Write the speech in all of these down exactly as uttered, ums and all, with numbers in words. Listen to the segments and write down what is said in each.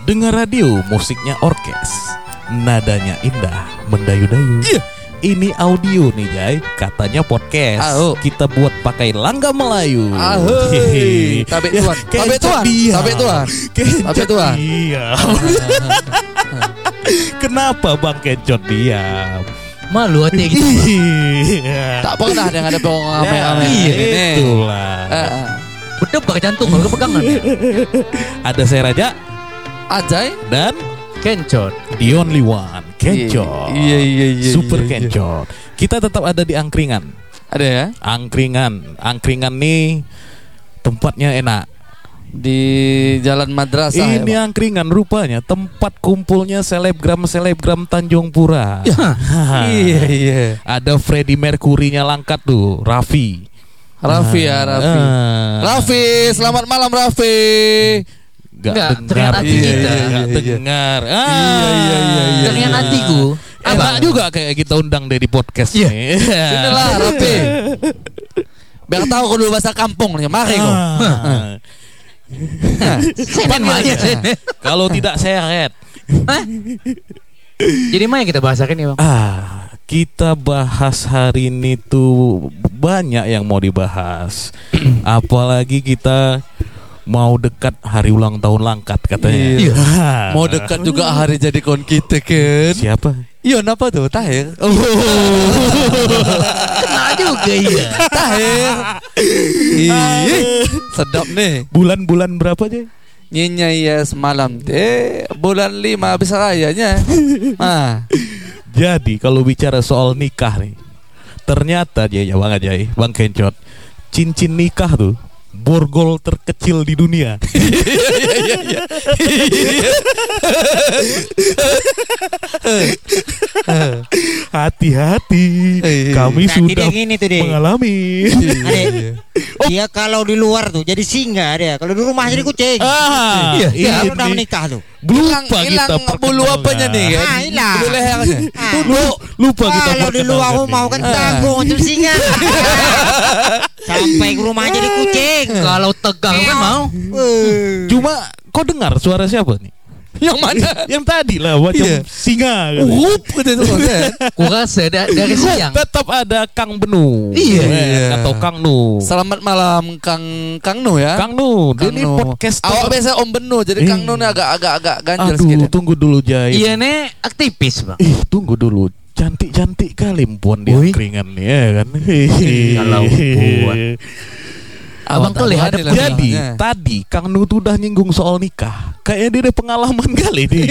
Dengar radio, musiknya orkes, nadanya indah, mendayu-dayu. Iya. Ini audio nih Jay, katanya podcast. Aho. Kita buat pakai Langga Melayu. Ahoy. Tabe tuan, tabe tuan, tabe tuan, tabe tuan. Iya. Kenapa Bang Kencot diam? Malu hati gitu. Iya. Tak pernah yang ada pokok ame-ame. Ya, Ini. itulah. Eh, eh. Betul pakai jantung kalau kepegangan. Ada saya Raja Ajay dan Kencot. the only one, Kencot. Iya iya iya. Super iya, iya. Kencot. Kita tetap ada di Angkringan. Ada ya? Angkringan, Angkringan nih tempatnya enak. Di Jalan Madrasah. Ini ya, Angkringan rupanya tempat kumpulnya selebgram-selebgram Tanjung Pura. iya iya. Ada Freddie Mercury-nya langkat tuh, Raffi. Raffi ya Raffi. Ah. Raffi, selamat malam Raffi. Gak Nggak, dengar teringat hati iya, kita. iya, Iya, Gak iya. dengar ah. Iya, iya, iya, iya. Teringat hatiku. Enak juga kayak kita undang deh di podcast Iya. nih. Inilah Raffi. Biar tahu kudu bahasa kampung nih. Mari kok. Ah. Senen aja senen. Kalau tidak seret. Jadi mana kita bahasakan ya bang? Ah, kita bahas hari ini tuh banyak yang mau dibahas. Apalagi kita mau dekat hari ulang tahun Langkat katanya. Iya. Ah. Mau dekat juga hari jadi kon kita kan. Siapa? Iya napa tuh Tahir? Oh. Kena juga iya. Tahir. Ih, sedap nih. Bulan-bulan berapa aja? Nyinya ya semalam teh bulan lima habis rayanya. Ah, Jadi kalau bicara soal nikah nih, ternyata Jay, ya Bang Ajay, Bang Kencot, cincin nikah tuh borgol terkecil di dunia. Hati-hati, kami Nah, sudah tidak gini tuh deh. mengalami. Adek, dia kalau di luar tuh jadi singa dia, kalau di rumah jadi kucing. Ah, Iya, ini kalau udah menikah tuh. lupa hilang kita bulu apanya nih kan? Ah, hilang. Bulu lehernya. Ah. Lu, lupa kita Kalau di luar perkenalkan rumah nih. kan tanggung macam singa. Sampai ke rumah jadi kucing. Kalau tegang kan mau. Eh. Cuma kau dengar suara siapa nih? Yang mana? Yang tadi lah macam Iya. singa kan? Uhup gitu tuh kan. Kurasa da- dari siang. Tetap ada Kang Benu. Iya. Eh, atau Kang Nu. Selamat malam Kang Kang Nu ya. Kang Nu, dia Kang ini Nu. podcast. Awak biasa Om Benu, jadi Eh. Kang Nu nih agak-agak agak ganjel Aduh, sedikit. tunggu dulu Jai. Iya nih aktivis bang. Ih, tunggu dulu. Cantik-cantik kali Puan di Wih. Angkringan nih ya kan. Kalau Puan. Abang Oh, tuh lihat tahu ada nih, Jadi namanya. tadi Kang Nu tuh udah nyinggung soal nikah. Kayaknya dia ada pengalaman kali nih.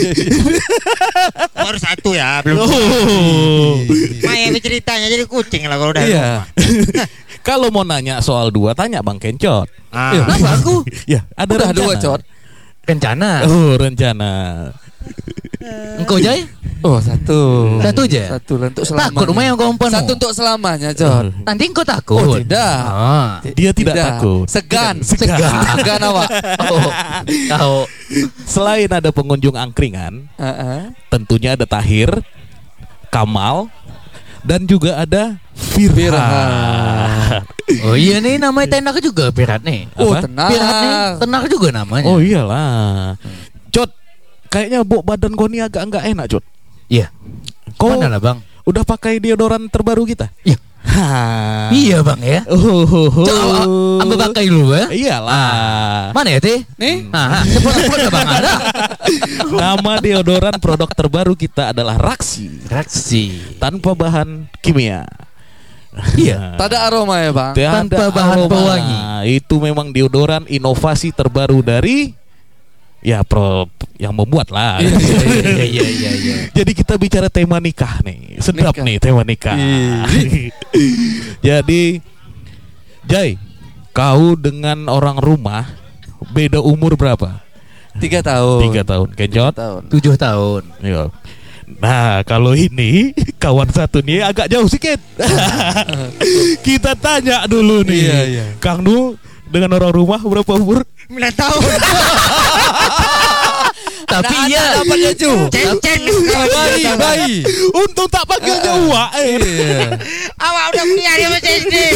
Baru satu ya, belum. Oh. Maya ceritanya jadi kucing lah kalau udah. Iya. Kalau mau nanya soal dua, tanya Bang Kencot. Ah. Kenapa aku? Ya, ada Udah rencana. dua cot. Rencana. Oh, rencana. Engkau Jay? Oh satu. Satu aja? Satu lah untuk selamanya. Takut rumah yang kau umpan. Satu untuk selamanya cot. Nanti engkau takut. Oh tidak. Ah. Dia tidak takut. Segan. Segan. Segan awak. Oh, tahu. Selain ada pengunjung Angkringan, Heeh. tentunya ada Tahir, Kamal, dan juga ada Firhan. Firhan. Oh iya nih namanya tenar juga Pirat nih. Oh Apa? tenang. Pirat nih tenar juga namanya. Oh iyalah. Cot, kayaknya bau badan kau ini agak enggak enak, Cot. Iya. Kau Mana lah bang? udah pakai deodoran terbaru kita? Iya. Ha. Iya bang ya. Oh, oh, oh. Coba ambil pakai dulu ya. Iyalah. Mana ya teh? Nih. Ah, cepat-cepat bang ada. Nama deodoran produk terbaru kita adalah Raksi, Reaksi. tanpa bahan kimia. Iya. Tak ada aroma ya bang. Tidak Tanpa ada bahan aroma. pewangi. Itu memang deodoran inovasi terbaru dari ya pro yang membuat lah. Iya iya iya iya. iya. Jadi kita bicara tema nikah nih. Sedap Nikah. nih tema nikah. Ih. Jadi Jai, kau dengan orang rumah beda umur berapa? Tiga tahun. Tiga tahun. Kencot? tahun. Tujuh tahun. Iya. Nah, kalau ini kawan satu nih agak jauh sedikit. Kita tanya dulu nih. Iya, iya. Kang Nu dengan orang rumah berapa umur? sembilan tahun. Tapi Nah, iya. anak dapat cucu. Cen-cen. Bayi, bayi. Untung tak panggilnya Uwa. Eh. Iya. Awak udah kuliah di masih S D.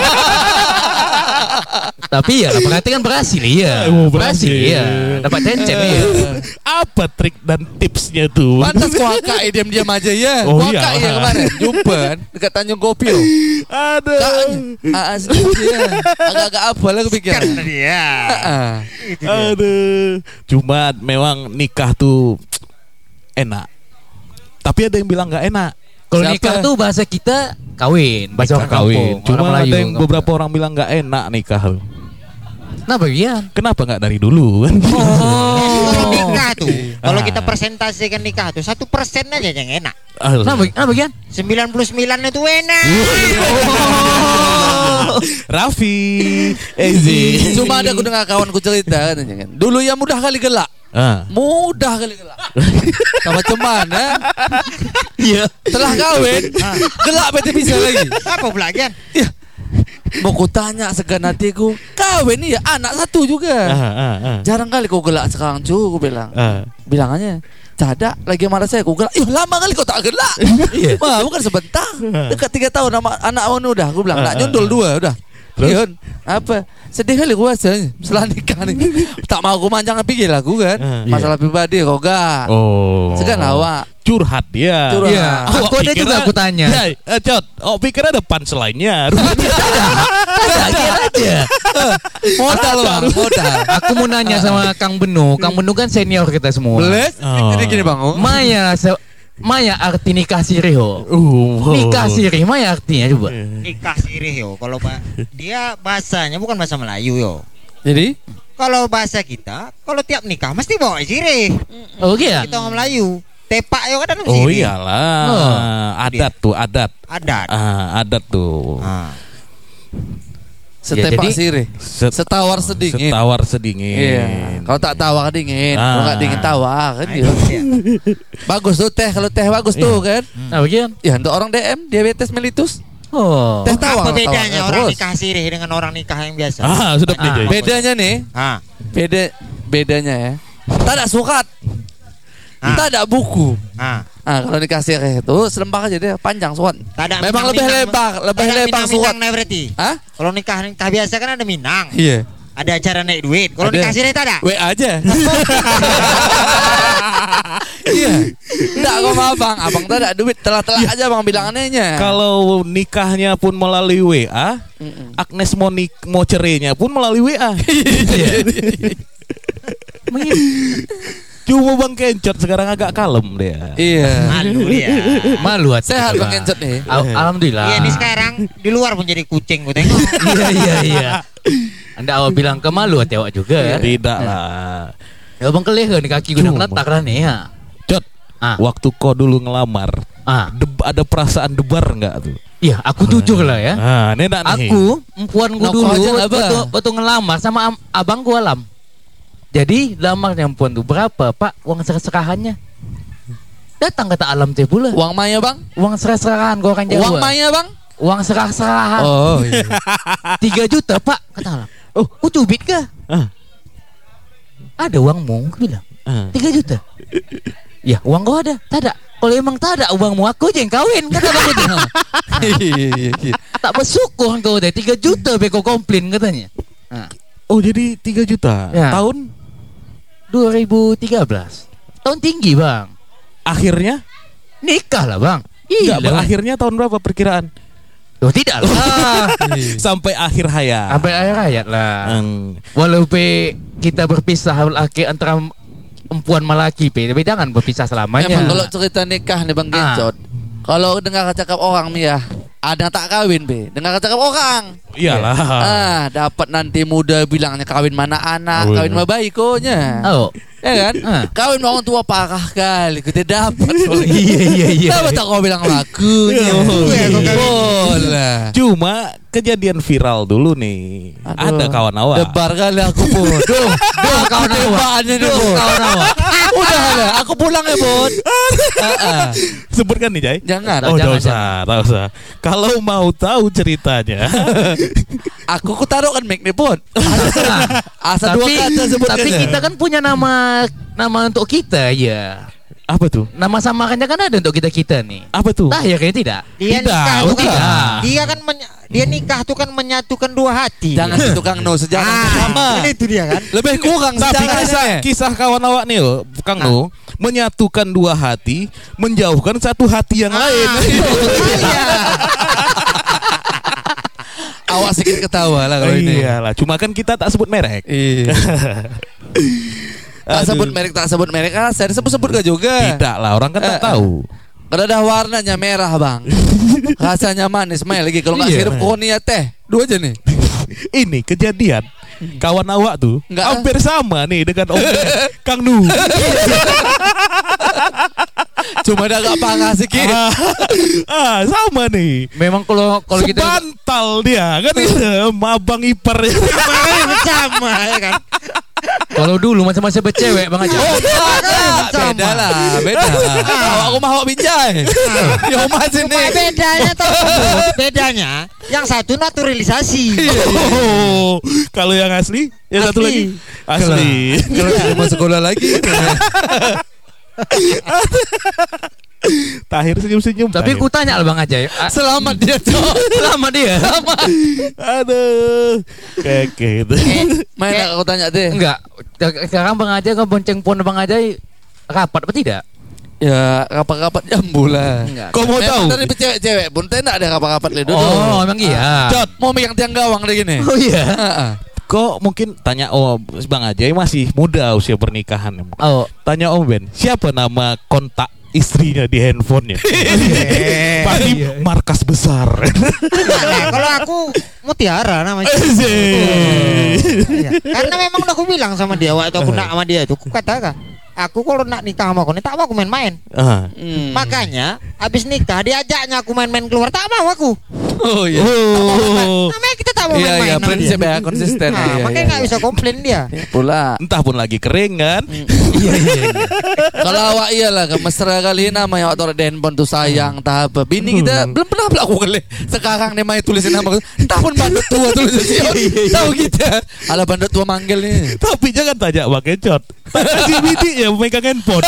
Tapi ya berarti kan berhasil iya. Oh, Berhasil berhasil. iya. Dapat cencen iya. Apa trik dan tipsnya tuh? Pantas kau akak eh, diam-diam aja ya. Oh, Kau iya. akak ya kemarin jumpa kan dekat Tanjung Kopio. Aduh. Kak, asli dia. Agak-agak apa lah kepikiran. Kan dia. Ah. Itu dia. Aduh. Cuma memang nikah tuh enak. Tapi ada yang bilang nggak enak. Kalau Siapa? nikah tuh bahasa kita kawin, bahasa Nikah orang kampung. Cuma orang Melayu, ada yang kampung. beberapa orang bilang nggak enak nikah. Nah bagian. Kenapa nggak dari dulu kan? Kalau nikah tuh, kalau Ah. kita presentasikan nikah tuh satu persen aja yang enak. Nah, bagi, nah bagian. Sembilan puluh sembilan itu enak. Raffi, Ezi. Cuma ada aku dengar kawanku cerita katanya kan. Dulu ya mudah kali gelak. Ah. Mudah kali gelak. Sama mana? Iya. Setelah kawin, gelak bete bisa lagi. Apa pula kan? Ya. Mau ku tanya segan hatiku, kawin nih ya anak satu juga. Ah, ah, ah. Jarang kali kau gelak sekarang cu, aku bilang. Ah. Bilangannya Cadak lagi marah saya, aku gelak. Ih lama kali kau tak gelak. Iya. Wah bukan sebentar. Dekat tiga tahun nama anak awak udah. Aku bilang Ah, nak ah, nyundul ah. dua udah. Terus? Yun, apa? Sedih kali gua rasanya setelah nikah nih. Tak mau aku manjang pikir lah aku kan. Ah, Masalah pribadi kau gak. Oh. Segan awak. Curhat dia. Curhat. Iya. Awak Aku ada pikir juga aku tanya. Ya, eh, Cot, oh pikir ada punchline-nya. Bagian aja. Modal bang, modal. Aku mau nanya sama Kang Benu. Kang Benu kan senior kita semua. Beles. Oh. Jadi gini bang. oh. Maya, se- Maya arti nikah sirih. oh. Uh, Nikah sirih, Maya artinya coba. Nikah sirih yo. Kalau ba- dia bahasanya bukan bahasa Melayu yo. Jadi Kalau bahasa kita, kalau tiap nikah mesti bawa sirih. Oh iya. Kita orang Melayu. Tepak yo kan ada Oh sirih. iyalah, Oh. adat tuh, adat. Adat. Ah, adat tuh. Ah. setepak jadi- sirih. Set- Setawar sedingin. Setawar sedingin. Iya. Kalau tak tawar dingin, kalau Ah. nggak dingin tawar kan Nah, gitu. itu dia. Bagus tuh teh, kalau teh bagus tuh kan. Nah bagian. Ya untuk orang D M diabetes mellitus. Oh. Teh tawar. Apa bedanya tawar, orang terus. nikah sirih dengan orang nikah yang biasa? Ah, sudah Ah. Jay. Bedanya nih, Ah. beda bedanya ya. Tak ada surat. Ah. Tak ada buku. Ah. Ah, kalau nikah sirih itu selembar aja dia panjang surat. Tak ada Memang lebih minang-minang- lebar, lebih tak ada lebar surat. minang-minang berarti. Hah? Kalau nikah nikah biasa kan ada minang. Iya. Ada acara naik duit. Kalau Ada. nikah sirih tak ada. W aja. Iya. Enggak kok sama abang. Abang tak ada duit. Telah-telah aja bang bilangannya. Kalau nikahnya pun melalui W A, Mm-mm. Agnes mau nik- mau cerainya pun melalui W A. Cuma Bang Kencot sekarang agak kalem dia. Iya. Malu ya. Malu hati. Sehat kita. bang Kencot nih. Al- Alhamdulillah. Iya ini sekarang di luar pun jadi kucing gue tengok. Iya iya iya. Anda awak bilang ke malu hati awak juga ya. Tidak lah. Ya bang kelih kan kaki gue Cuma. letak lah nih ya. Cot, Ah. waktu kau dulu ngelamar, Ah. deb- ada perasaan debar nggak tuh? Iya, aku jujur lah ya. Ah, ini nak nih. Aku, empuanku Noko dulu aja lah, waktu, Bang. waktu ngelamar sama am- abangku alam. Jadi lamarnya empuan tuh berapa pak uang serah-serahannya? Datang kata alam teh pula. Uang Maya bang? Uang serah-serahan gua orang Jawa. Uang Maya bang? Uang serah-serahan. Oh iya. Tiga juta pak kata alam. Oh. Oh cubit kah? Ah. Ada uangmu? Aku bilang. Ah. Tiga juta. Ya uang kau ada? Tak ada. Kalau emang tak ada uangmu aku aja yang kawin kata aku tuh. Iya iya iya. Tak bersyukur kau deh. Tiga juta beko komplain katanya. Nah, Oh jadi tiga juta Ya. tahun dua ribu tiga belas tahun tinggi bang. akhirnya? Nikah lah bang. Enggak, Iya. berakhirnya tahun berapa perkiraan? Oh tidak lah. Sampai akhir hayat. Sampai akhir hayat lah. Hmm. Walaupun kita berpisah laki antara empuan malaki pe, tapi jangan berpisah selamanya. Emang kalau cerita nikah nih bang Ah. Kencot, kalau dengar cakap orang nih ya, ada yang tak kawin be, dengar cakap orang. Iyalah. Ah, dapat nanti muda bilangnya kawin mana anak, Oh, kawin iya. mana bayi konya. Oh. Ya kan? Ah. Kawin sama orang tua parah kali, kita dapat. Iya iya iya. Dapat tak kau bilang lakunya. Iya, kau kawin. Bola. Cuma kejadian viral dulu nih. Aduh, Ada kawan awak. Debar kali aku pun. Duh, duh kawan tembakannya nih Duh, Bud. kawan awak. Udah lah, aku pulang ya Bud. Ah, ah. Sebutkan nih, Jai. Jangan. Oh, jangan, enggak usah, enggak usah. Kalau mau tahu ceritanya, Aku ku taruh kan mic nih Bud. Asa dua Tapi kata sebutkan. tapi kita kan punya nama Nama untuk kita ya. Apa tuh? Nama samarannya kan ada untuk kita-kita nih. Apa tuh? Tahir kayaknya tidak. Dia Tidak, nikah tuh kan. tidak. Dia kan menya- dia nikah tuh kan menyatukan dua hati. Jangan si tukang no sejarah Ah, sama. ini itu dia kan. Lebih kurang Tapi sejarahnya. kisah, kisah kawan awak nih loh, Kang Nu, menyatukan dua hati, menjauhkan satu hati yang lain. Awak sedikit ketawa lah kalau ini. Iyalah, cuma kan kita tak sebut merek. Iya. Tak Aduh. sebut merek, tak sebut merek. Ah, saya sebut-sebut gak juga. Tidak lah, orang kan tak Eh, tahu. Kalau ada warnanya merah bang, rasanya manis. Main lagi kalau nggak Iya. sirup kurnia teh, dua aja nih. Ini kejadian kawan awak tuh Enggak, hampir sama nih dengan Om Kang Nu. Cuma dia agak parah sedikit. ah, ah, sama nih. Memang kalau kalau kita Sebantal dia kan mabang ipar. Sama ya kan. kalau dulu masa-masa bercewek Bang aja. Oh, Sama. beda lah, beda. Awak rumah awak binjai. Ya rumah Cuma sini. bedanya tuh bedanya yang satu naturalisasi. Oh, kalau yang asli, yang satu lagi asli. Kalau dia mau sekolah lagi. Tahir senyum-senyum. Tapi Tahir. ku tanya lah Bang aja. Ah, Selamat dia cok. Selamat dia. Aduh, kayak gitu. Main aku tanya deh. Enggak. Sekarang Bang aja kan bonceng pon Bang aja rapat apa tidak? Ya rapat-rapat jambu lah. Enggak. Kau mau tahu? Dari cewek-cewek pun tak ada rapat-rapat le duduk. Oh, emang iya. Cot, mau megang tiang gawang deh gini. Oh iya. Heeh. Kok mungkin tanya oh Bang Ajay masih muda usia pernikahan. Oh, Tanya Om Ben, siapa nama kontak istrinya di handphonenya? Pasti markas besar. Nah, kalau aku Mutiara namanya. Iya. Karena memang udah aku bilang sama dia waktu aku nak sama dia itu, aku katakan, aku kalau nak nikah sama aku nih tak mau aku main-main. Ah. Hmm. Makanya habis nikah diajaknya aku main-main keluar tak mau aku. Oh iya. Oh. Namanya kita tak mau Iya main-main. iya sama prinsip dia. ya konsisten. Nah, Iya, makanya iya, nggak iya. bisa komplain dia. Pula. Entah pun lagi kering kan? iya iya. Kalau awak iyalah ke mesra kali nama yang waktu ada handphone tuh sayang tak apa. Bini kita belum pernah melakukan kali. Sekarang nih main tulisin nama. Entah pun bandut tua tulisin siapa. Tahu kita. Ala bandut tua manggil nih. Tapi jangan tanya Bang Kecot. Tanya si Bidi ya memegang handphone.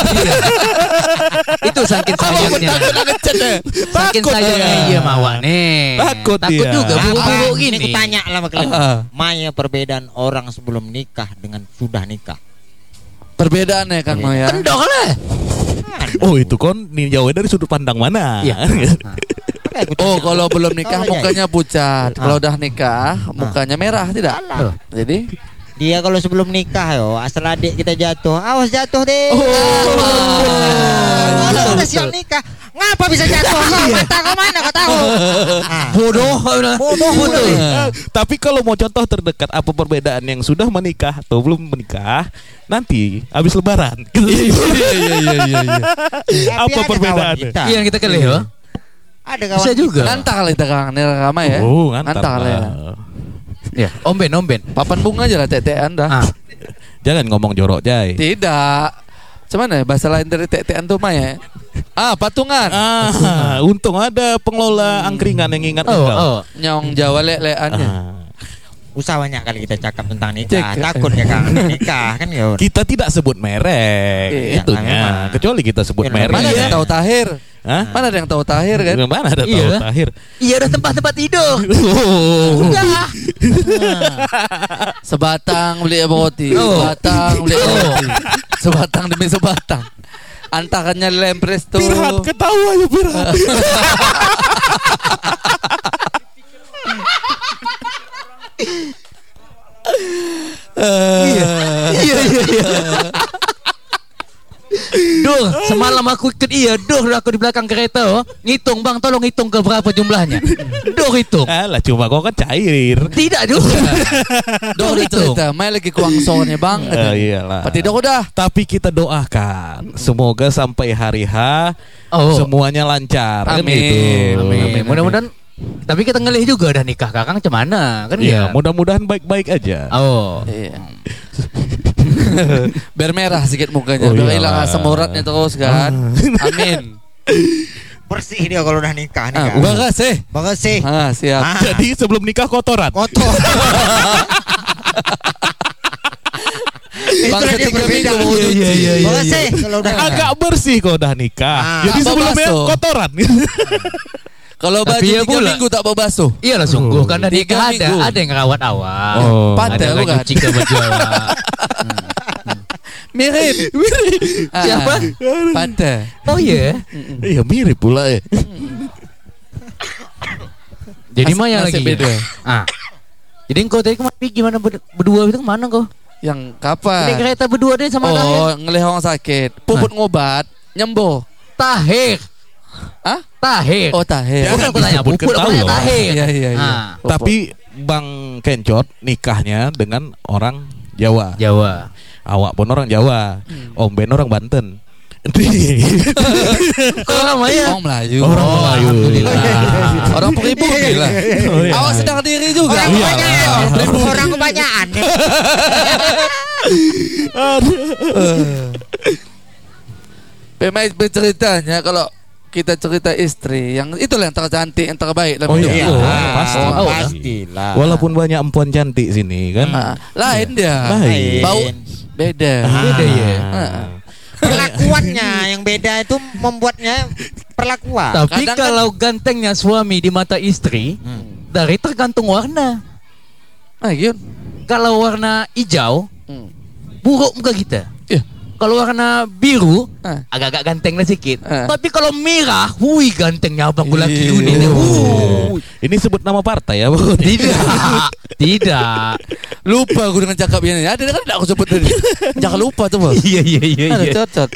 Itu saking sayangnya. Saking Takut sayangnya dia. iya mawak nih. Takut Takut dia. juga buruk-buruk Ini gini. aku tanya lah sama kalian. Ah. Maya perbedaan orang sebelum nikah dengan sudah nikah. Perbedaannya kan mau ya. Kendor lah. Oh itu kon nih jauh dari sudut pandang mana? Iya. Makanya aku Oh tanya. kalau belum nikah Kalau mukanya pucat. Kalau udah nikah mukanya merah tidak? Alah. Jadi Dia kalau sebelum nikah yo, asal adik kita jatuh, awas jatuh deh. Oh. Kalau udah siap nikah, ngapa bisa jatuh? Kau mata kau mana kau tahu? Ah. Bodoh. Bodoh, bodoh. Tapi kalau mau contoh terdekat apa perbedaan yang sudah menikah atau belum menikah nanti habis lebaran. iya iya iya iya. Tapi Apa ada kawan perbedaannya? kita. Iya yang kita kelih ya. Ada kawan Bisa juga. Ngantar kali kita kan ramai ya. Oh, ngantar Ngantar lah ya. lah. Ya, Om Ben, Om Ben. Papan bunga aja lah tetean dah. Ah, Jangan ngomong jorok, Jay. Tidak. Cuman ya bahasa lain dari tetean tuh mah ya. Ah, patungan. Ah, untung ada pengelola angkringan yang ingat oh, engkau. oh. Nyong Jawa lek-lekannya. Ah. Usah banyak kali kita cakap tentang nikah. Cek. Takut ya kan nikah kan ya. Kita tidak sebut merek, Iya, itunya. memang. Kecuali kita sebut Iya, merek. Mana ada Iya. yang tahu Tahir? Hah? Mana ada yang tahu Tahir kan? Mana ada tahu Iya. Tahir? Iya, ada tempat-tempat tidur. Oh. Udah. Sebatang beli roti, Oh. sebatang beli roti, sebatang demi sebatang. Antakannya lempres tuh. Pirhat ketawa ya Pirhat. Iya, iya, iya. Duh, semalam aku ikut iya, duh aku di belakang kereta oh. Ngitung bang, tolong hitung ke berapa jumlahnya. Duh hitung. Alah cuma kau kan cair. Tidak juga. Doh Duh hitung. cerita, main lagi kuangsonya bang. Eh, iyalah. Pati doh udah. Tapi kita doakan semoga sampai hari H Oh. semuanya lancar. Kan Amin. gitu. Amin. Mudah-mudahan. Tapi kita ngelih juga udah nikah kakang cemana kan Iya, ya. mudah-mudahan baik-baik aja. Oh. Iya. Biar merah sedikit mukanya, Oh, biar iyalah. hilang asam uratnya terus kan. Amin. Bersih dia kalau udah nikah Ah, nih. udah sih. Bersih. Ah, siap. Ah. Jadi sebelum nikah kotoran. Kotor. Bang Orang itulah dia ketiga berbeda. minggu mau Iya, cuci. iya, iya, iya. Makasih kalau udah Agak bersih kalau udah nikah. Ah. Jadi Tak sebelumnya basuh. kotoran. Kalau Tapi baju ya tiga pula. minggu tak bau basuh. Iya lah sungguh kan ada Tiga ada minggu. ada yang rawat awak. Oh. Ada Pandai yang bukan? cuci ke baju awak. Mirip. Ah, Siapa? Pada. Oh iya. Iya mirip pula ya. Jadi Nas- mah yang nasib lagi. beda. Ah. Jadi engkau tadi kemana gimana ber- berdua itu kemana kau? Yang Naik kapan? kereta berdua deh sama Tahir. Oh, ngelih orang sakit. Puput ngobat, nyembuh. Tahir. Hah? Tahir. Oh, tahe. Jangan Bukan aku tanya disebutkan Puput, aku tahu tanya loh. Tahir. Iya, iya, iya. Ah. Tapi Bang Kencot nikahnya dengan orang Jawa. Jawa. Awak pun orang Jawa. Om Ben orang Banten. Kau orang Maya. Orang Melayu. Orang Oh, Melayu. alhamdulillah. Orang peribu gila. Oh, iya. Awak sedang diri juga. Orang Iya. kebanyakan. Orang kebanyakan. Memang berceritanya kalau kita cerita istri yang itulah yang tercantik, yang terbaik dalam Oh hidup iya, kita. Ah, pasti. Oh, Oh, pastilah. Walaupun banyak empuan cantik sini kan. Ah, lain dia. Lain. Bau beda. Beda ya. Ah. Perlakuannya yang beda itu membuatnya perlakuan. Tapi Kadang kan- kalau gantengnya suami di mata istri, dari tergantung warna. Ah, Yun. Kalau warna hijau, Hmm. buruk muka kita. Iya. Kalau warna biru, Ah. agak-agak ganteng lah sedikit. Ah. Tapi kalau merah, hui gantengnya abang gue laki Iya. gue nih. Uh. Ini sebut nama partai ya, Bu? Tidak, tidak. Lupa aku dengan cakap ini. Ada kan tidak aku sebut tadi. Jangan lupa tuh, Bos. Iya, iya, iya. Ada iya. cocot.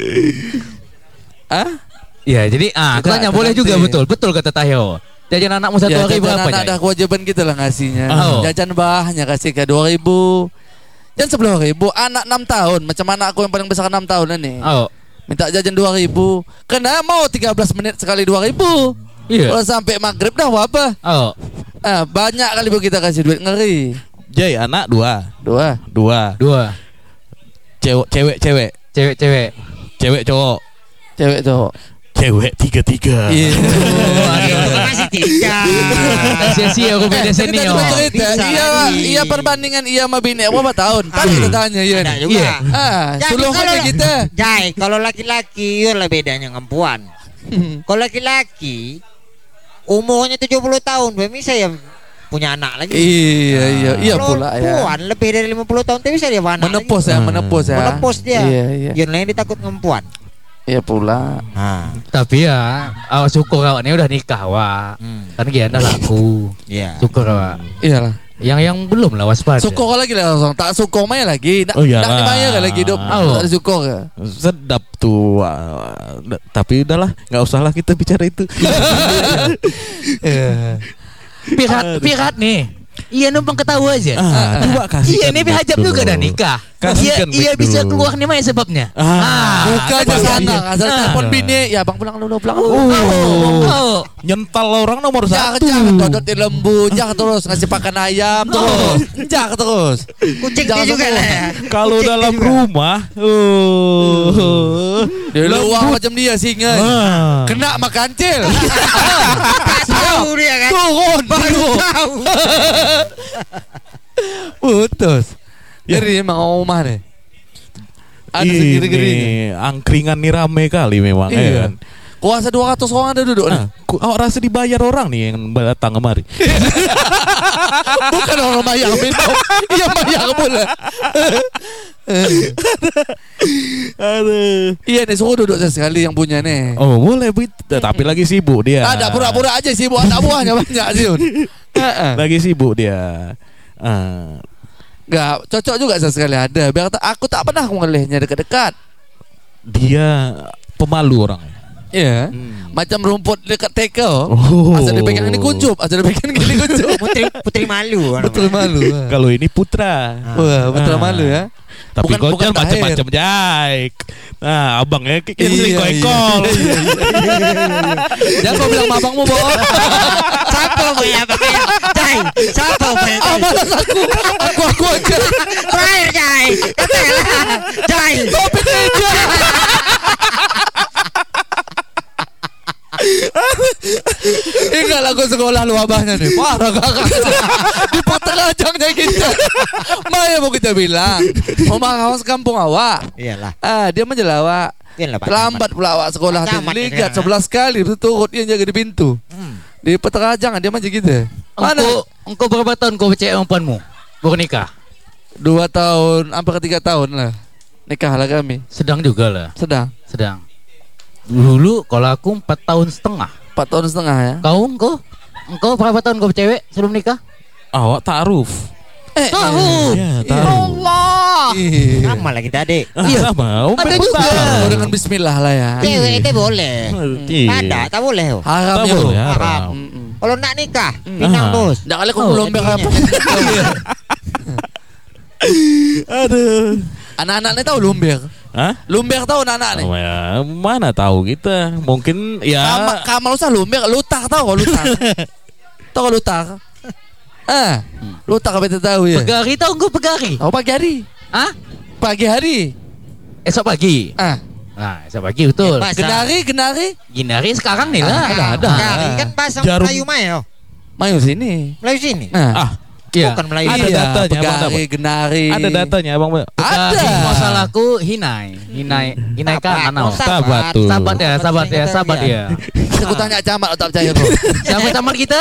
Ah? Ya, jadi ah, Tidak, katanya boleh nanti. juga betul, betul kata Tahyo. Jajan anakmu satu Ya, hari jajan berapa? anak Jay? dah kewajiban kita lah ngasihnya. Oh. Jajan bahnya kasih ke dua ribu. Dan sepuluh ribu anak enam tahun. Macam anak aku yang paling besar enam tahun ini. Oh, Minta jajan dua ribu. Kena mau tiga belas menit sekali dua ribu. iya. Kalau sampai maghrib dah apa? Oh, Ah, banyak kali bu kita kasih duit ngeri. Jay anak dua, Dua. dua. dua. Cewek, cewek, cewek, Cewek-cewek. cewek cowok, Cewek cowok. cewek tiga tiga. Iya. Itu masih tiga. Tak sia-sia aku beda Kita senior. cuma cerita. Bisa Iya, lagi. iya perbandingan iya sama bini berapa tahun? Tadi kita tanya iya Ada nih. juga. Iya. Ah, Jadi suluh kalau aja kita. Jai, kalau laki-laki lah bedanya ngempuan. Kalau laki-laki umurnya tujuh puluh tahun, bisa ya punya anak lagi. Iya, iya, iya Kalau pula ya. perempuan lebih dari lima puluh tahun tapi bisa dia anak Menepus lagi. ya, Hmm. menepus ya. Menepus dia. Iya, iya. Yang lain ditakut ngempuan. Iya pula. Tapi ya, awak syukur awak ni udah nikah awak. Hmm. Kan dia dah laku. Iya. Syukur awak. Iyalah. Yang yang belum lah waspada. Syukur lagi lah langsung. Tak syukur main lagi. Nak, Oh, iyalah. nak dibayar kan lagi hidup. Oh. Tak ada syukur ke? Sedap tuh. ah, d- Tapi udahlah, nggak usah lah kita bicara itu. Pirat, pirat nih. Iya numpang ketawa aja. Ah, coba kasih. Iya, ini hajab juga dah nikah. Kasihkan Iya, iya back bisa dulu. keluar nih Maya sebabnya. Ah, Buka aja apa sana. iya? Asal Ah. telepon bini. Ya bang pulang dulu, pulang dulu. Oh, oh. Nyental orang nomor Jak, satu. jak, dodot di lembu, jak terus ngasih pakan ayam terus, jak terus. Kucing Jangan dia juga semua. lah ya. Kalau Kucing dalam dia juga. rumah, uh, Di luar macam dia singa. ah. Kena makan cil. Tak tahu dia kan. Turun, Baru turun. tahu. Putus. Jadi emang rumah deh. Ada Ini segiri-girinya. angkringan nih rame kali memang ya Iya. kan. Kuasa dua ratus orang ada duduk nih. Ah, ku- awak rasa dibayar orang nih yang datang kemari. Bukan orang bayar minum. Iya bayar pula. Aduh. Iya nih suruh duduk sekali yang punya nih. Oh boleh bu, tapi lagi sibuk dia. Ada pura-pura aja sih buat anak buahnya banyak sih. Lagi sibuk dia. Ah, Enggak, cocok juga sesekali ada. Biar tak- aku tak pernah ngelihnya dekat-dekat. dia pemalu orangnya. Iya. Hmm. Macam rumput dekat teko. Oh. Asal dia pegang ini kuncup, asal dia pegang ini kuncup. Putri putri malu. Betul malu. Kalau ini putra. Wah, betul Ah. malu ya. Tapi Bukan- bukan Gojal Tahir. macam-macam Jaik. Nah, abang ya kita Iya, sering iya. ekol. Jangan kau bilang sama abangmu bohong. Siapa punya pakai? Jai, siapa punya? Ah, malas aku. Aku aku aja. Terakhir Jai. Katakanlah Jai. Topik aja. Ingat lagu sekolah lu abahnya nih. Parah kakak. Di Peterajangnya kita. Maya mau kita bilang. Mau kawan sekampung awak. Iyalah. Ah, dia menjelawak. Iyalah Pak. Terlambat pula awak sekolah. Camat Ligat ini. sebelas kali turut dia jaga di pintu. Hmm. Di Peterajang dia macam gitu. Mana? Engkau, engkau berapa tahun kau percaya perempuanmu baru nikah? Dua tahun, hampir tiga tahun lah. Nikah lah kami. Sedang juga lah. Sedang. Sedang. Dulu kalau aku empat tahun setengah. Empat tahun setengah ya. Kau engkau? Engkau berapa tahun kau bercewek sebelum nikah? Awak ta'aruf. Eh, Tahu. Ya, Iya. ta'aruf. Allah. Iya. Sama lagi tadi. Ah, Iya. sama. Om Ada Pep juga. sama. Oh, dengan bismillah lah ya. Cewek itu boleh. Iya. Ada, tak boleh. oh. Haram Tak ya. boleh, Bro. haram. Mm-mm. Kalau nak nikah, pinang Ah. bos. Nggak kali aku Oh, belum jadinya. apa. Aduh. Anak-anak ini tahu lumber. Hah? Lumber tahu anak-anak nih. Oh, ya, mana tahu kita. Mungkin Kamal, ya kamal usah lumber, lutar tahu kau lutar. Tahu kau lutar? Ah, lutar kau betul tahu ya. Pegari tahu engkau pegari? Oh pagi hari. Hah? Pagi hari. Esok pagi. Ah, Nah, esok pagi betul. Pas- genari, genari. Gini hari sekarang nih lah. Ada, ada. Kari kan bahasa Jarum. Melayu Mayo. Mayu sini. Melayu sini. Nah, ah, Iya. Bukan Melayu. Ada iya, datanya, Abang, pegari, dapat. genari. ada datanya Abang. Pegari Ada. masalahku hinai. Hinai, hinai kan nanau. Oh, Sahabat tuh. Sahabat ya, sahabat ya, sahabat ya. Aku tanya camat, aku tak percaya kau. Siapa tamat kita?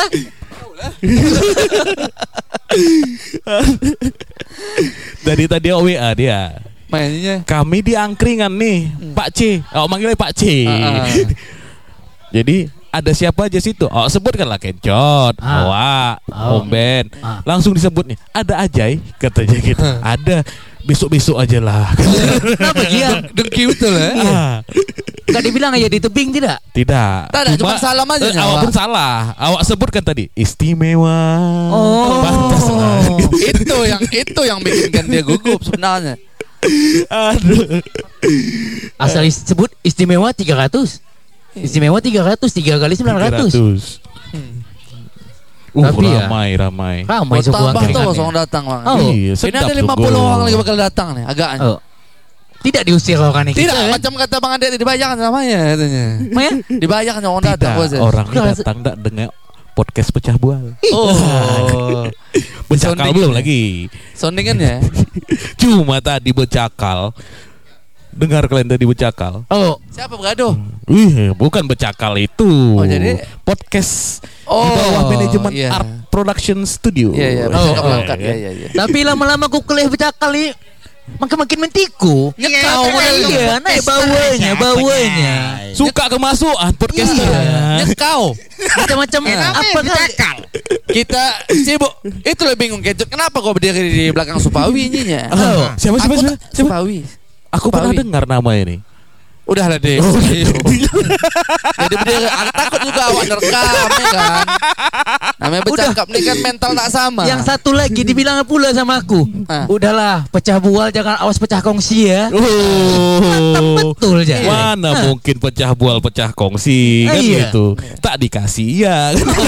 Dari tadi W A dia. Mainnya. Kami di angkringan nih, Pak C. Oh, manggilnya Pak C. Ah, ah. Jadi ada siapa aja situ? Oh, sebutkanlah Kencot, Ah. Awak, Oh. Om Ben. Ah. Langsung disebutnya. Ada Ajay katanya gitu. Ada. Besok-besok aja lah. Kenapa dia? Dengki betul ya. Ah, Gak dibilang aja di tebing tidak? tidak. Tak ada, cuma salam aja eh, nyawa. awak pun salah. Awak sebutkan tadi istimewa. Oh. Pantas lah. Itu yang itu yang bikinkan dia gugup sebenarnya. Aduh. Asal disebut istimewa tiga ratus. Istimewa tiga ratus, tiga kali sembilan ratus. tiga ratus. Uh, Tapi ya, ramai, ramai. ramai Buat sebuah tambah tuh angkringan. orang datang bang. Oh. Iya, Ini sedap ada tuh, lima puluh Go. orang lagi bakal datang nih agaknya. Oh. Tidak diusir orang ini. Tidak, kita, kan? macam kata Bang Ade dibayarkan namanya katanya. Maya? Dibayarkan orang datang Tidak, bos. orang ini Udah, datang tak dengan podcast pecah bual. Oh. Becakal Sounding belum ya? lagi. Soundingan ya. Cuma tadi becakal. Dengar kalian tadi becakal. Oh, Siapa berado? Wih, bukan becakal itu. Oh, jadi- podcast Oh, di bawah manajemen iya. Art Production Studio. Iya iya, Oh, bercakap oh, berangkat. Iya iya iya. tapi lama-lama aku kelih bercakal nih. Makin makin mentiku. Iya, Nyekau itu model itu dia, naik podcaster bawahnya, siapa, bawahnya. Nyai? Suka kemasukan podcaster. Iya. Nyekau. Macam-macam Eh, namanya apa kan? bercakal. Kita sibuk. Itu lebih bingung Kecut. Kenapa kau berdiri di belakang Supawi nyinya? Oh, siapa siapa Aku siapa? tak- siapa? Supawi. Aku pernah Supawi. dengar nama ini. Udahlah deh. Ayo. Jadi berdiri. Aku takut juga awak nerekam ya kan. Namanya bercakap nih kan mental tak sama. Yang satu lagi dibilang pula sama aku. Ah. Udahlah, pecah bual jangan awas pecah kongsi ya. Mantap Oh. betul aja. Mana Hah. mungkin pecah bual pecah kongsi kan Iya. gitu. Tak dikasih ya.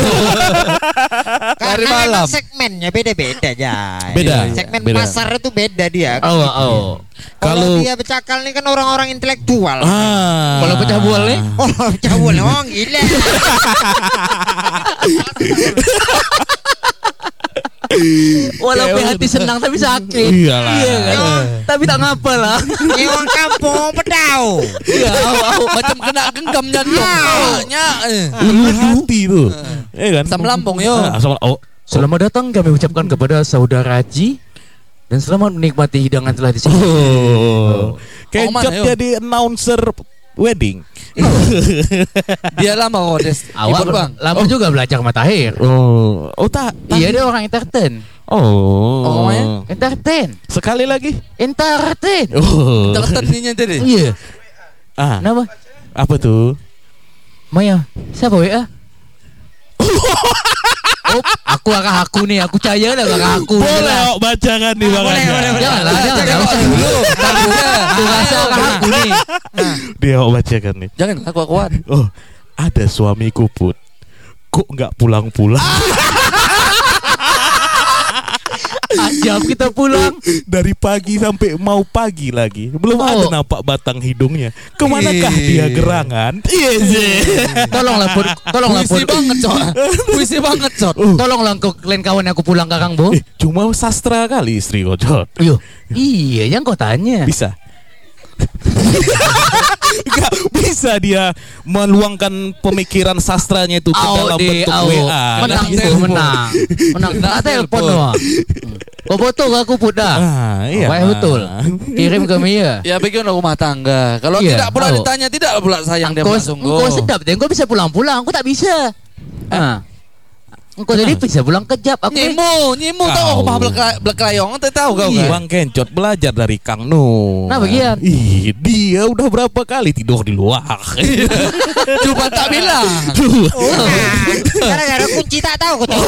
Hari Karena malam. memang segmennya beda-beda aja. Beda. Segmen Beda. pasar itu beda dia. Oh, oh. Kalau Kalau dia bercakal nih kan orang-orang intelektual. ah. Kalau pecah bual nih? Oh, cabul, oh gila. Walaupun Kayak hati senang tapi sakit. Iyalah. Iya kan? Tapi tak ngapa lah. Ini orang kampung pedau. Iya, awak macam kena genggam jantung. Awaknya. eh. Ulu hati tuh. Eh kan? Asam lambung, yo. Ah, asam- oh, Selamat datang kami ucapkan kepada saudara Haji dan selamat menikmati hidangan telah disediakan. oh. Oh, mana, Kencot yo? jadi announcer wedding. Dia lama kok Des. Awak Ikut, Bang. lama juga belajar sama Tahir. Oh, oh tak. tak. Iya dia orang entertain. Oh. Oh, ya? Entertain. Sekali lagi. Entertain. Oh. Terten ninya tadi. Iya. Ah, Kenapa? apa tuh? Maya, siapa W A? Oh, aku akak aku nih, aku percaya lah akak aku. Boleh oh, bacakan di Bang Boleh, Anja. boleh, boleh. Jangan lah, Baca jangan kau usah dulu. dulu. Aku rasa akak aku nih. Dia oh, bacakan nih. Jangan aku kuat. Oh, ada suamiku put. Kok nggak pulang-pulang? Ajab kita pulang. Dari pagi sampai mau pagi lagi. Belum Oh. ada nampak batang hidungnya. Kemanakah dia gerangan? Iya sih. Tolonglah pun, tolonglah pun. Puisi banget cok. Puisi banget cok. Tolonglah kau lain kawan aku pulang kakang Bu. Eh, cuma sastra kali istri Ojot. Yo, iya yang kau tanya. Bisa. Gak bisa dia meluangkan pemikiran sastranya itu ke Au dalam deh, bentuk au. W A. Menang Nah, tuh, menang. Menang. Tak telepon doa. Kau foto ke aku put dah. Ah, iya. Baik betul. Kirim ke Mia. Ya bagaimana rumah tangga. Kalau Iya, tidak pula tahu. ditanya tidak pula sayang dia Kau, pula sungguh. kau sedap deh. Kau bisa pulang-pulang. Aku tak bisa. Ah. Kau tadi bisa pulang kejap. Aku ni. Nyimu, nyimu tahu Kau. aku mah belak- belaklayong, tak tahu kau Iya. kan. Bang Kencot belajar dari Kang Nu. Nah, bagian. Ih, dia udah berapa kali tidur di luar. Cuma tak bilang. Oh, gara-gara kunci tak tahu kau tahu.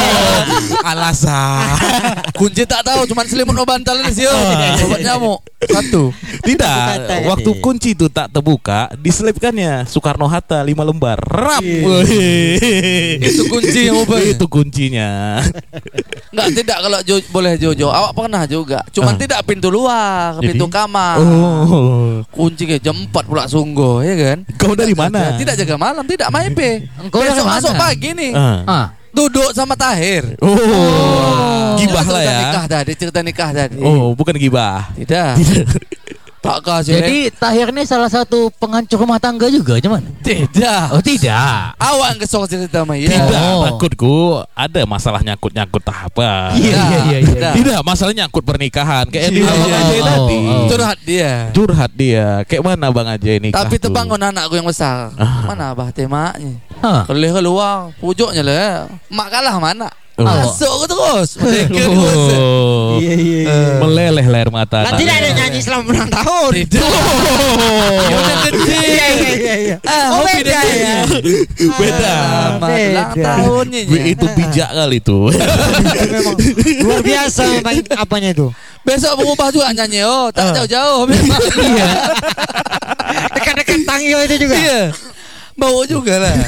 Alasan. Kunci tak tahu, cuma selimut no bantal ini sih. Obat nyamuk. Satu. Tidak, Kata-kata waktu tadi. kunci itu tak terbuka, diselipkannya Soekarno Hatta lima lembar. Rap. Wih. Itu kunci yang ubah. Itu kuncinya. Enggak, tidak kalau jo, boleh Jojo. Awak pernah juga. Cuman Ah. tidak pintu luar, Jadi? pintu kamar. Oh. Kunci ke jam empat pula sungguh, ya kan? Kau dari mana? Tidak jaga malam, tidak main P. Engkau dari Besok mana? masuk pagi nih. Ah. Ah. Duduk sama Tahir. Oh. Gibah lah Cerita ya. nikah tadi, cerita nikah tadi. Oh, bukan gibah. Tidak. Tak kasih. Jadi Tahir ini salah satu penghancur rumah tangga juga, cuman. tidak. Oh tidak. Awak yang kesok cerita mah ya. Tidak, Oh. takutku ada masalah nyangkut-nyangkut apa. Iya, iya, iya, iya. Tidak. Tidak, masalah nyangkut pernikahan kayak yang Iya, di Bang iya. Ajay Oh, tadi. oh. Curhat dia. Curhat dia. Kayak mana Bang Ajay nikah Tapi tuh? tebangun anakku yang besar. Ah. Mana abah temaknya? Hah. Kelih keluar, pojoknya lah. Mak kalah mana? Oh. Masuk ke terus. Mereka terus. Oh. Iya iya. Eh. Meleleh leher mata. Lah tidak ada nyanyi selama ulang tahun. Tidak. Oh. Udah gede. Iya iya iya iya. Ah, Oh, hobi beda dia. ya. Beda. Selamat Beda. ulang tahunnya. Itu bijak kali tuh. Memang luar biasa memang apanya itu. Besok berubah juga nyanyi. Oh, tak jauh-jauh. Memang. Iya. Dekat-dekat Tangyo itu juga. Iya. Bau juga lah.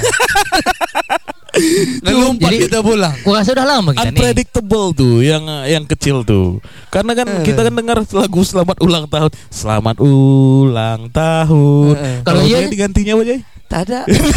Ngelumpat Jadi- kita pulang. Aku rasa udah lama kita nih. Unpredictable tuh yang yang kecil tuh. Karena kan Eh. kita kan dengar lagu selamat ulang tahun. Selamat ulang tahun. Eh, eh. Kalau Kalau dia iya- digantinya apa, Jay? Tak ada.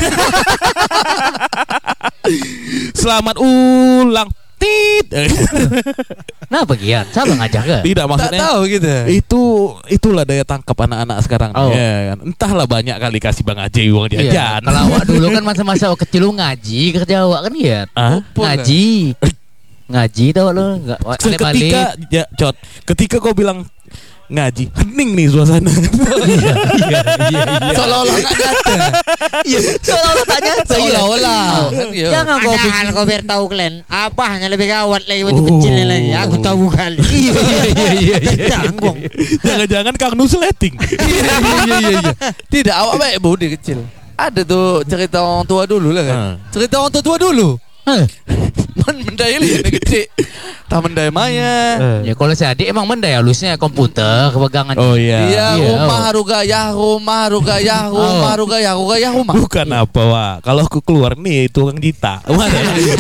Selamat ulang tit. Nah bagian, siapa ngajak ke? Tidak Tak maksudnya tahu gitu. itu itulah daya tangkap anak-anak sekarang Oh. nih, ya kan? Entahlah banyak kali kasih Bang Ajay uang Iya. jajan. Kalau awak dulu kan masa-masa awak kecil lu ngaji kerja awak kan ya. Ah? Ngaji. Ngaji tau lu enggak balik-balik. Ketika ya, Cot, ketika kau bilang ngaji, hening nih suasana. Iya, iya, iya. Seolah-olah nggak nyata. Iya, seolah-olah tak nyata. iya. Seolah-olah. Kan gitu. Jangan kau Padahal pikir. kau biar tahu kalian abahnya lebih gawat lagi waktu Oh. kecilnya lagi. Aku tahu kali. Iya, iya, iya, iya, iya. Tanggung. Jangan-jangan Kang Nu sleting. Iya iya iya iya. Tidak, awak baik budi kecil. Ada tuh cerita orang tua dulu lah kan. Ah. Cerita orang tua tua dulu. Heh. Man mendai li ni kecil. Tak mendai maya. Ya kalau si adik emang mendai halusnya komputer kepegangan. Oh iya. Iya, Iya, rumah oh. haru gaya, rumah haru gaya, rumah haru gaya, haru gaya rumah. Bukan apa, Wak. Kalau aku keluar nih tukang Jita. Mana?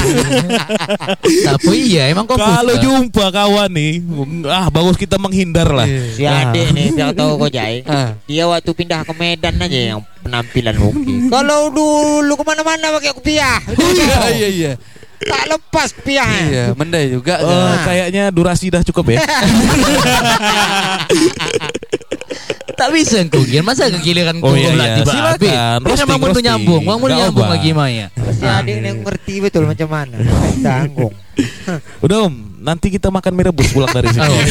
Tapi iya emang komputer. Kalau jumpa kawan nih, ah bagus kita menghindar lah. Si adik nih tak tahu kau Jai. Ah. Dia waktu pindah ke Medan aja yang penampilan oke. Kalau dulu kemana-mana pakai kopiah. Iya iya iya. Tak lepas kopiahnya. Iya, mendai juga Oh, kan. kayaknya durasi dah cukup ya. Tak bisa kau gil masa kegiliran kau Oh, iya, belah iya. tiba Silakan. habis. Kan Roasting, emang mau roasting. nyambung, mau Nggak nyambung apa. lagi Maya. Si adik yang ngerti betul macam mana. Tanggung. Udah Om, nanti kita makan mie rebus pulang dari sini. Oh.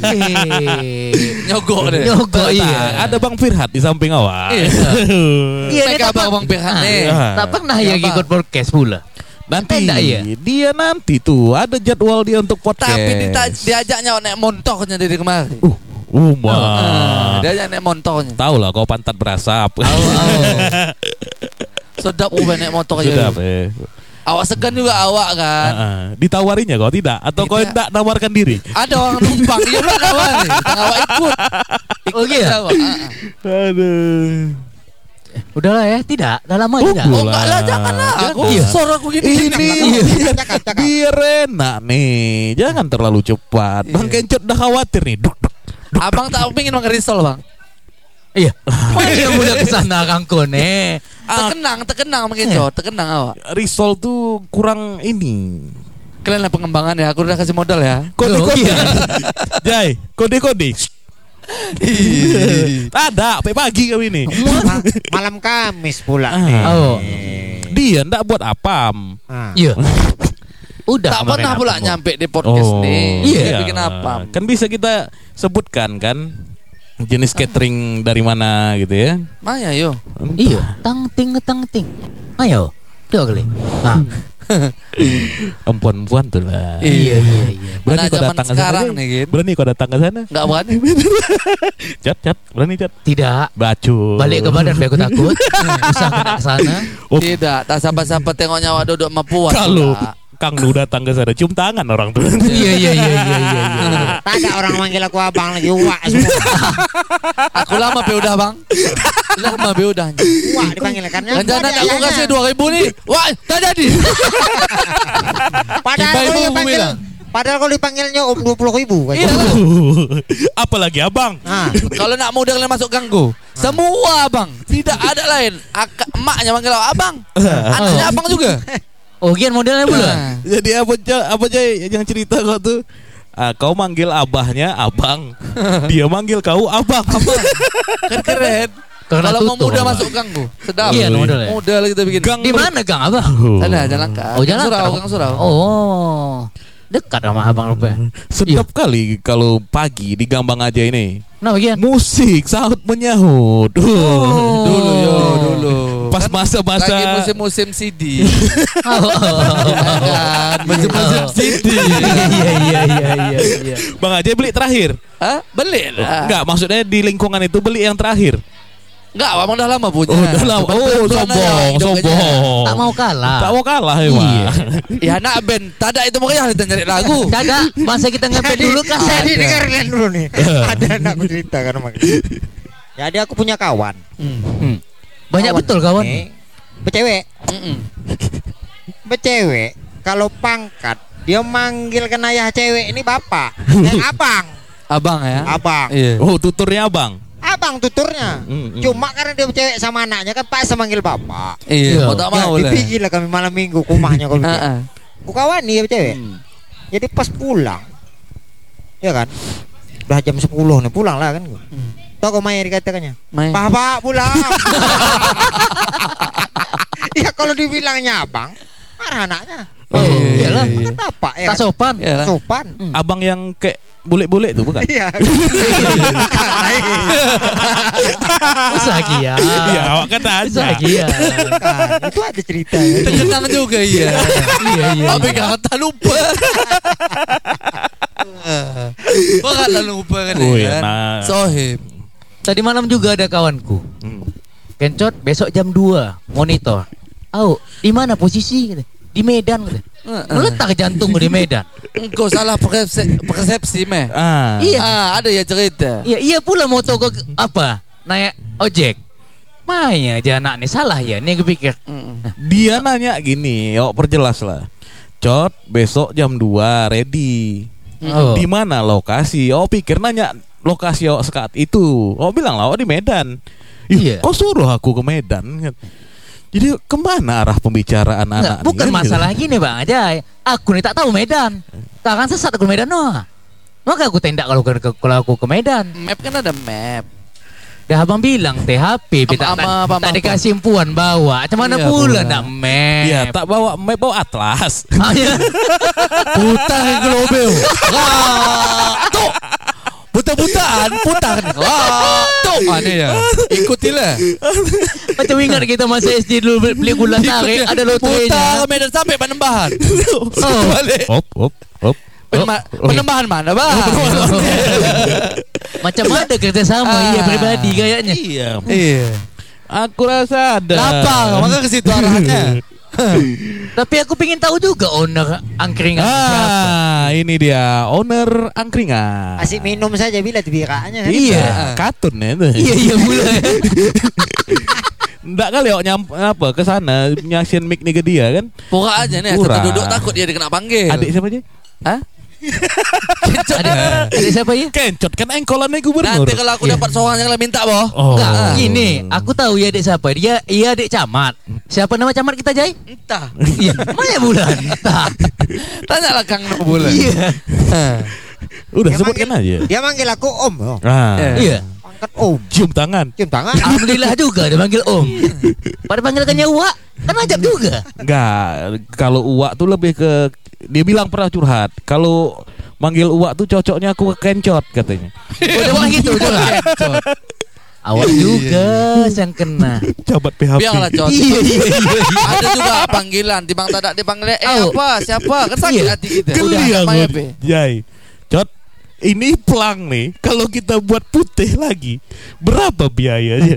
Nyogok deh. Nyogok Iya. iya. Ada Bang Firhat di samping awak. Iya. Iya, Mereka dia tak abang bang Pirhan Ah, nih. iya. tak pernah ya Apa? ikut podcast pula. Nanti Tidak, iya. dia nanti tuh ada jadwal dia untuk podcast. Tapi dita- diajaknya naik montoknya dari kemarin. Uh, uh, Ah, mah. Diajak naik montoknya. Tahu lah kau pantat berasap. Au, au. Sedap ubah naik motor Sudah, aja. eh. Awak segan juga awak kan. Ah, ah. Ditawarinya kau tidak? Atau kau Tidak. tidak nawarkan diri? Ada orang numpang, iya lah kawan nih. Awak ikut. Ikut Oh, iya? aja awak. Ah, ah. Aduh. Udahlah ya, tidak. Dah lama Oh, tidak. belum. Oh enggak lah, janganlah. Aku Iya. suara aku gini. Ini Cakap, cakap, cakap. biar enak nih. Jangan terlalu cepat. Bang Iya. Kencot udah khawatir nih. Duk, duk. Abang tak pengen makan risol, Bang. Iya. Oh iya udah kesana Kang Kone. Terkenang, terkenang makin cowok, terkenang awak. Risol tuh kurang ini. Kalian lah pengembangan ya, aku udah kasih modal ya. Kode-kode. iya. Jai, kode-kode. Ada, sampai pagi kami ini. Ma- malam Kamis pula Ah. nih. Oh. Dia ndak buat apam. Ah. Iya. Udah Tak kemarin pernah apa, pula Bang? nyampe di podcast nih. Iya. Bikin apa? Kan bisa kita sebutkan kan jenis catering dari mana gitu ya. Maya yo. Iya. Tang ting tang ting. Ayo. Coba kali. Nah. Empuan-empuan tuh lah. Iya, iya, iya. Berani Anak kau zaman datang ke sekarang sana. nih, Gin. Berani kau datang ke sana. Enggak berani. Cat, cat, berani cat. Tidak. Bacu. Balik ke badan biar aku takut. Usah kena ke sana. Oh, Tidak, tak sampai-sampai tengok nyawa duduk sama puas. kalau pula. Kang Lu datang ke sana, cium tangan orang tuh. Iya iya iya iya iya. iya. Tak ada orang manggil aku abang lagi. Wah semua. Aku lama pe udah, Bang. Lama pe udah. Wah dipanggil karena. Rencana aku kasih dua ribu nih. Wah, tak jadi. Padahal Ibu-ibu kalau dipanggil. bilang. Padahal kalau dipanggilnya om dua puluh ribu. Iya. Apalagi abang. Ah. Kalau nak muda kalian masuk ganggu. Semua, Bang. Tidak ada lain. Aka, emaknya manggil aku abang. Anaknya abang juga. Oh, gian modelnya pula. Nah. Jadi apa aja apa aja yang cerita kau tuh? Ah, kau manggil abahnya abang, dia manggil kau abang. Kan keren. Karena Kalau mau tutup, muda Bang. masuk ganggu. Sedap. Iya, modelnya. Modal kita bikin. Gang Di mana Gang Abang? Sana jalan kaki. Oh, jalan Surau, Kang. Gang Surau. Oh. Dekat sama Abang rupanya. Sedap kali kalau pagi di Gambang aja ini. Nah, bagian. Musik sahut menyahut. Oh. Dulu yo, dulu. Pas Kan masa-masa lagi musim-musim C D. Oh. Kan musim-musim Oh. C D. Iya iya iya iya iya. Bang Aja beli terakhir. Hah? Beli lah. Enggak, maksudnya di lingkungan itu beli yang terakhir. Enggak, abang udah lama punya. Oh, udah lama. Cuman Oh, pelan-pelan aja sombong, hidupnya. sombong. Tak mau kalah. Tak mau kalah emang. Iya. Ya nak band, tak ada itu makanya kita nyari lagu. Tidak, masa kita ngepet dulu kan Jadi ada. dengerin dulu nih. Ada anakku cerita kan mak. Jadi aku punya kawan. Hmm. Banyak Kawan betul kawan. ini Becewek. Mm-mm. Becewek. Kalau pangkat dia manggil kan ayah cewek ini bapak. Eh, abang. Abang ya. Abang. Iya. Oh, tuturnya abang. Abang tuturnya. Mm, mm. Cuma karena dia cewek sama anaknya kan pas manggil bapak. Iya, Iya. mau tak mau Ya, lah. dipikir lah kami malam minggu ke rumahnya kalau dia. Heeh. Ku kawan dia cewek. Hmm. Jadi pas pulang, ya kan, udah jam sepuluh nih pulang lah kan. Hmm. Tau kok Maya dikatakannya, Main. bapak pulang. Ya kalau dibilangnya abang, marah anaknya. Oh, iyalah. Kan bapak ya. Tak sopan. Iya lah. Sopan. Abang yang kayak bule-bule tuh bukan? Iya. Usah kia. Iya, awak kata aja. Usah kia. Kan, itu ada cerita ya. Terkenang juga iya. Iya iya. Tapi gak tak lupa. Kok gak tak lupa kan Oh, ya iya, kan? nah. Sohib. Tadi malam juga ada kawanku. Hmm. Kencot besok jam dua monitor. Oh, di mana posisi? Kata. Di Medan. Kata. Meletak jantung di Medan. Engkau salah persepsi, persepsi meh. Ah. Iya. Ah, ada ya cerita. Iya, iya pula moto ke apa? Naik ojek. Maya aja anak nih salah ya. Nih gue pikir. Mm. Dia nanya gini, yuk perjelas lah. Cot, besok jam dua ready. Oh. Di mana lokasi? Oh, pikir nanya lokasi awak saat itu. Oh, bilang lah, oh di Medan. Ih, Iya. kau suruh aku ke Medan. Jadi kemana arah pembicaraan Enggak, anak? bukan ini, kan? masalah gini bang aja. Aku nih tak tahu Medan. Tak akan sesat aku ke Medan no. Maka aku tindak kalau ke, kalau aku ke Medan. Map kan ada map. Dah abang bilang T H P, Ama- tak, ama- tak, apa- tak apa- dikasih impuan bawa. Macam mana Iya, pula pula. nak map? Iya, tak bawa map, bawa atlas. Ah, ya. Putar global. Wah, tuh. Buta-butaan, putar. Wah, tuh. Mana ya? Ikutilah. Macam ingat kita masa S D dulu beli- beli gula tarik, ada Putar loterinya. Medan sampai Panembahan. Oh. Balik. Hop, hop, hop. Penema- Oh, oh. Panembahan mana, Bang? Macam ada kerjasama iya Ah. pribadi kayaknya. Iya. Iya. Aku rasa ada. Lapang, maka ke situ arahnya. Tapi aku pengen tahu juga owner angkringan siapa. Ah, ini dia owner angkringan. Asik minum saja bila biraannya kan. Iya. Katun ya itu. Iya iya mulai. Enggak kali kok nyamp apa ke sana nyasihin mic nih ke dia kan. Pura aja nih, Pura. satu duduk takut dia dikena panggil. Adik siapa aja? Hah? Adik, adik siapa ya? Kencot kan engkolannya gubernur. Nanti kalau aku Iya. dapat soal yang minta boh. Oh. Enggak, gini, aku tahu ya adik siapa. Dia iya adik camat. Siapa nama camat kita, Jai? Entah. Iya, Maya Bulan. Entah. Tanyalah Kang No Bulan. Iya. Udah Dia sebutkan manggil- aja. Dia manggil aku Om. Oh. Ah. Iya. Pangkat Om. Cium tangan. Cium tangan. Alhamdulillah juga dia panggil Om. Pada panggilannya Wak, kan ajab juga. Enggak, kalau Uwak tuh lebih ke dia bilang pernah curhat. Kalau manggil Uwak tuh cocoknya aku ke kencot katanya. Udah mah gitu, udah. Awak juga yang kena. Jabat P H P. Biarlah cocok. Iya, iya, iya. Ada juga panggilan, timbang tadak dipanggil eh Oh. apa, siapa? Kan sakit Iya. hati kita. Geli Udah, aku. Maya, Be. Jai. Cot. Ini pelang nih. Kalau kita buat putih lagi, berapa biayanya?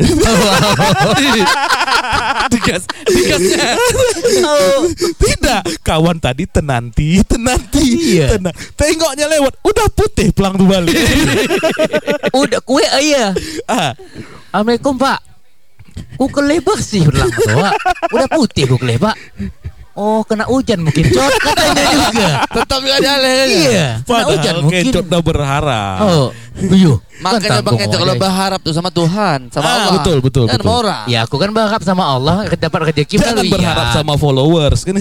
Digas, digasnya. Oh, Tidak, kawan tadi tenanti, tenanti, Iya. tenang. Tengoknya lewat, udah putih pelang tuh balik. udah kue ayah. ah, Assalamualaikum Pak. Ku kelebar sih ulang tua. Udah putih ku kelebar. Oh kena hujan mungkin cot katanya juga. Tetap gak jalan. Iya. Kena hujan padahal mungkin. Kencot udah berharap. Oh, iya. Makanya Bang Kencok kalau berharap tuh sama Tuhan, sama Ah, Allah. betul, betul, Dan betul. sama orang. Ya aku kan berharap sama Allah dapat rezeki Jangan melalui berharap ya. sama followers kan.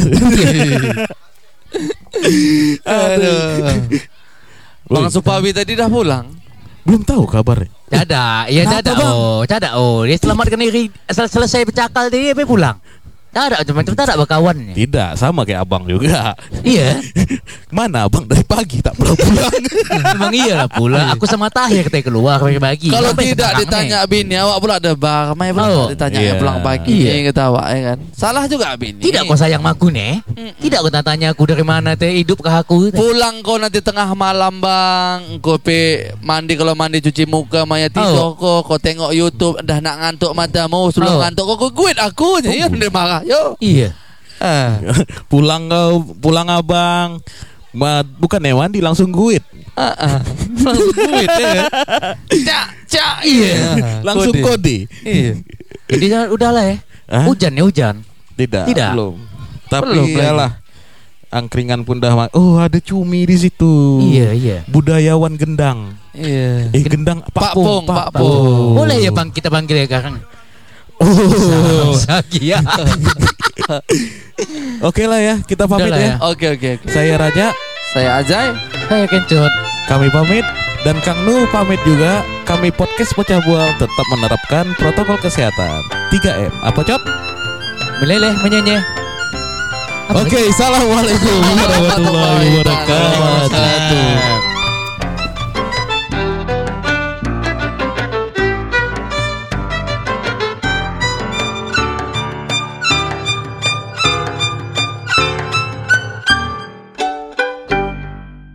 Aduh. Bang Woi, Supawi tadi dah pulang. belum tahu kabarnya. Cadak, ya Kenapa, cadak Bang? oh, cadak oh. Dia selamatkan diri sel- selesai bercakal dia dia pulang. Cadak cuma cuma cadak berkawannya. Tidak, sama kayak abang juga. Iya. Mana abang dari pagi tak pernah pulang. Memang iyalah pula. Aku sama Tahir kita keluar pagi-pagi. Kalau Apa yang tidak sekarang ditanya nih? bini awak pula ada bar, Maya pula Oh, ditanya iya. pulang pagi Iya. kata awak ya kan. Salah juga bini. Tidak kau sayang aku nih. Tidak kau tanya aku dari mana teh hidup ke aku. teh. Pulang kau nanti tengah malam bang, kau pe mandi kalau mandi cuci muka, Maya tidur kau, kau tengok YouTube, dah nak ngantuk matamu, sebelum Oh. ngantuk kau kau guit aku je, ya dia marah, yo. Iya. Ah, pulang kau, pulang abang. Ma, bukan ya mandi langsung guit. ah, ah. Langsung guit ya kan. Cak, cak, iya. Langsung kode. Iya. Jadi jangan- udahlah ya. Hah? Hujan ya hujan. Tidak, Tidak. belum. Tapi Belum lagi. iyalah. Angkringan pun dah ma- oh ada cumi di situ. Iya iya. Budayawan gendang. Iya. Eh gendang Pak Pak Pung, Pung, Pak Pak Pung. Pung. Boleh ya bang kita panggil ya sekarang. Oh. Sagi ya. Oke lah ya, kita pamit Udah lah ya. ya. Oke oke oke. Saya Raja, Saya Ajay. Saya kencut. kami pamit dan Kang Nu pamit juga. Kami podcast Pecah Bual tetap menerapkan protokol kesehatan tiga M. Apa cot? Meleleh menyenye. Apa Oke, assalamualaikum warahmatullahi wabarakatuh.